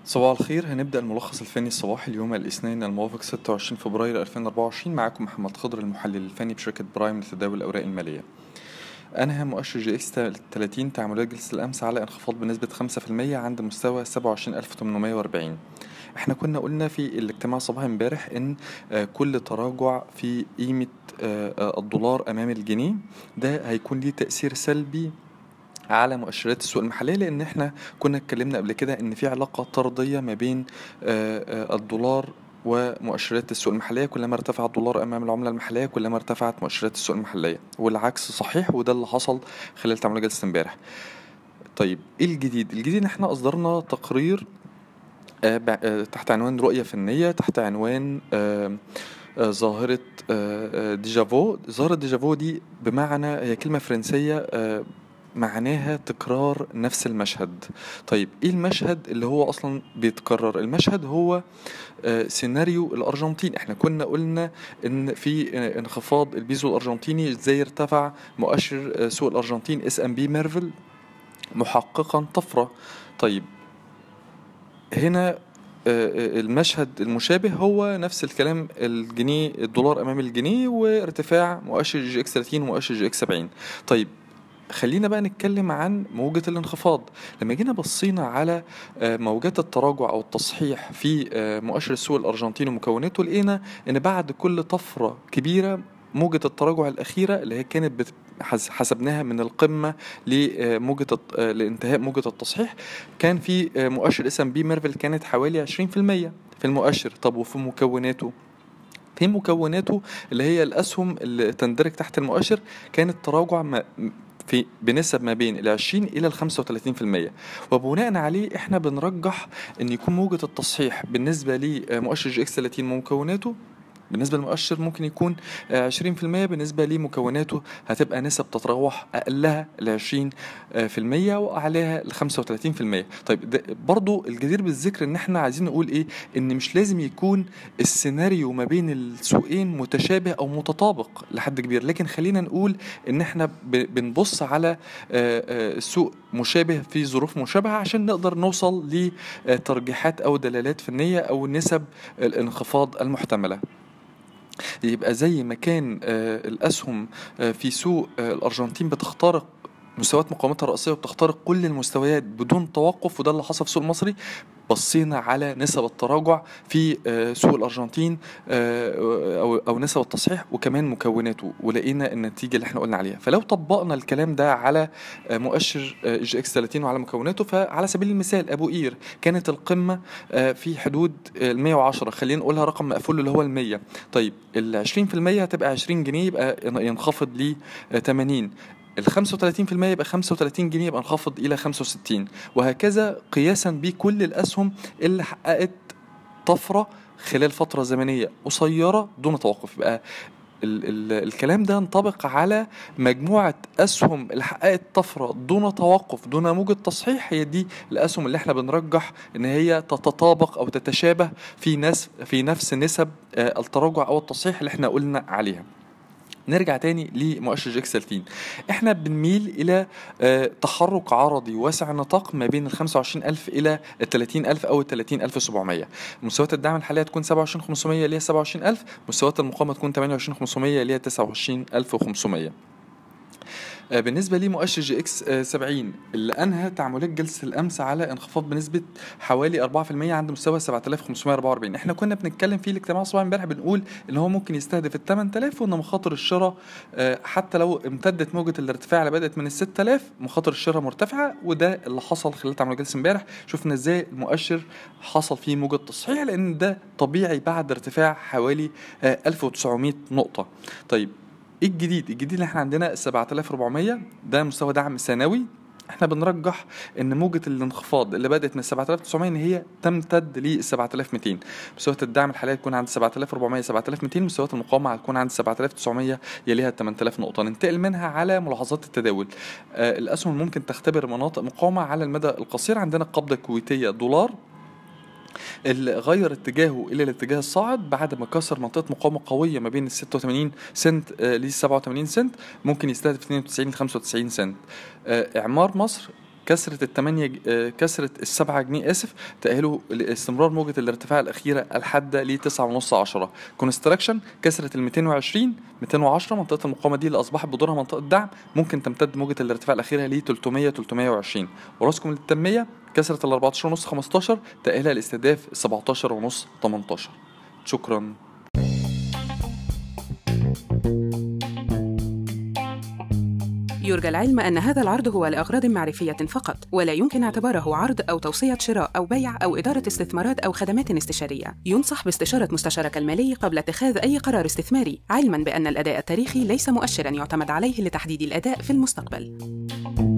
صباح الخير. هنبدأ الملخص الفني الصباحي اليوم الاثنين الموافق 26 فبراير 2024. معاكم محمد خضر المحلل الفني بشركة برايم لتداول الأوراق المالية. أنهى مؤشر جي إكس 30 تعاملات جلسة الأمس على انخفاض بنسبة 5% عند مستوى 27840. احنا كنا قلنا في الاجتماع صباحي امبارح ان كل تراجع في قيمة الدولار أمام الجنيه ده هيكون ليه تأثير سلبي على مؤشرات السوق المحلية، لأن احنا كنا اتكلمنا قبل كده ان في علاقة طردية ما بين الدولار ومؤشرات السوق المحلية. كلما ارتفع الدولار أمام العملة المحلية كلما ارتفعت مؤشرات السوق المحلية، والعكس صحيح، وده اللي حصل خلال تعاملات جلسة امبارح. طيب ايه الجديد؟ الجديد ان احنا اصدرنا تقرير تحت عنوان رؤية فنية، تحت عنوان ظاهرة ديجافو. ظاهرة ديجافو دي بمعنى، هي كلمة فرنسية معناها تكرار نفس المشهد. طيب ايه المشهد اللي هو اصلا بيتكرر؟ المشهد هو سيناريو الارجنتين. احنا كنا قلنا ان في انخفاض البيزو الارجنتيني، ازاي ارتفع مؤشر سوق الارجنتين اس ام بي ميرفل محققا طفرة. طيب هنا المشهد المشابه هو نفس الكلام، الجنيه الدولار امام الجنيه وارتفاع مؤشر جي اكس 30 ومؤشر جي اكس 70. طيب خلينا بقى نتكلم عن موجة الانخفاض. لما جينا بصينا على موجات التراجع او التصحيح في مؤشر السوق الارجنتيني ومكوناته، لقينا ان بعد كل طفرة كبيرة موجة التراجع الأخيرة اللي هي كانت حسبناها من القمة لموجة لانتهاء موجة التصحيح، كان في مؤشر اس ام بي ميرفل كانت حوالي 20% في المؤشر. طب وفي مكوناته؟ في مكوناته اللي هي الأسهم اللي تندرج تحت المؤشر كانت تراجع في بنسب ما بين 20 إلى 35%. وبناء عليه احنا بنرجح ان يكون موجة التصحيح بالنسبة لمؤشر جي اكس 30 ومكوناته بالنسبة للمؤشر ممكن يكون 20%، بالنسبة لمكوناته هتبقى نسب تتراوح أقلها 20% وأعلاها 35%. طيب ده برضو الجدير بالذكر إن احنا عايزين نقول إيه؟ إن مش لازم يكون السيناريو ما بين السوقين متشابه أو متطابق لحد كبير، لكن خلينا نقول إن احنا بنبص على السوق مشابه في ظروف مشابهة عشان نقدر نوصل لترجيحات أو دلالات فنية أو نسب الانخفاض المحتملة. يبقى زي ما كان الأسهم في سوق الأرجنتين بتخترق مستويات مقاومتها الرئيسية وبتخترق كل المستويات بدون توقف، وده اللي حصل في السوق المصري. بصينا على نسب التراجع في سوق الأرجنتين أو نسب التصحيح وكمان مكوناته، ولقينا النتيجة اللي احنا قلنا عليها. فلو طبقنا الكلام ده على مؤشر جي اكس 30 وعلى مكوناته، فعلى سبيل المثال أبو قير كانت القمة في حدود ال 110، خلينا نقولها رقم مقفول اللي هو ال 100. طيب ال 20% هتبقى 20 جنيه يبقى ينخفض ل 80، ال 35% يبقى 35 جنيه يبقى انخفض إلى 65، وهكذا قياسا بكل الأسهم اللي حققت طفرة خلال فترة زمنية قصيرة دون توقف. يبقى الكلام ده ينطبق على مجموعة أسهم اللي حققت طفرة دون توقف دون موجة تصحيح. هي دي الأسهم اللي احنا بنرجح إن هي تتطابق أو تتشابه في نفس نسب التراجع أو التصحيح اللي احنا قلنا عليها. نرجع تاني لمؤشر جي اكس 30. احنا بنميل الى تحرك عرضي واسع النطاق ما بين ال 25,000 الى ال 30,000 او ال 30,700. مستويات الدعم الحاليه تكون 27,500 اللي هي 27,000، مستويات المقاومه تكون 28,500 اللي هي 29,500. بالنسبة لي مؤشر جي اكس 70 اللي أنهى تعاملات جلسة الأمس على انخفاض بنسبة حوالي 4% عند مستوى 7,544. احنا كنا بنتكلم في الاجتماع الصباحي امبارح بنقول إن هو ممكن يستهدف ال 8,000، وإن مخاطر الشراء حتى لو امتدت موجة الارتفاع اللي بدأت من ال 6,000 مخاطر الشراء مرتفعة، وده اللي حصل خلال تعاملات جلسة امبارح. شفنا ازاي المؤشر حصل فيه موجة تصحيح لأن ده طبيعي بعد ارتفاع حوالي 1900 نقطة. طيب ايه الجديد؟ الجديد اللي احنا عندنا 7400 ده مستوى دعم ثانوي. احنا بنرجح ان موجة الانخفاض اللي بدأت من 7900 ان هي تمتد ل 7200. مستويات الدعم الحالية تكون عند 7400 7200، مستويات المقاومة هتكون عند 7900 يليها 8000 نقطة. ننتقل منها على ملاحظات التداول. الأسهم ممكن تختبر مناطق مقاومة على المدى القصير. عندنا القبضة الكويتية دولار اللي غير اتجاهه الى الاتجاه الصاعد بعد ما كسر منطقه مقاومه قويه ما بين ال 86 سنت ل 87 سنت، ممكن يستهدف 92 ل 95 سنت. اعمار مصر كسرة كسرة ال7 جنيه تأهله لاستمرار موجة الارتفاع الأخيرة الحادة ل 9.5. كونستراكشن كسرة ال220 210 منطقة المقاومة دي اللي أصبحت بدورها منطقة دعم، ممكن تمتد موجة الارتفاع الأخيرة ل 300 320. وراسكم للتنمية كسرة ال14.5 15 تأهلها لاستهداف 17.5 18. شكرا. يرجى العلم أن هذا العرض هو لأغراض معرفية فقط، ولا يمكن اعتباره عرض أو توصية شراء أو بيع أو إدارة استثمارات أو خدمات استشارية. ينصح باستشارة مستشارك المالي قبل اتخاذ أي قرار استثماري، علماً بأن الأداء التاريخي ليس مؤشراً يعتمد عليه لتحديد الأداء في المستقبل.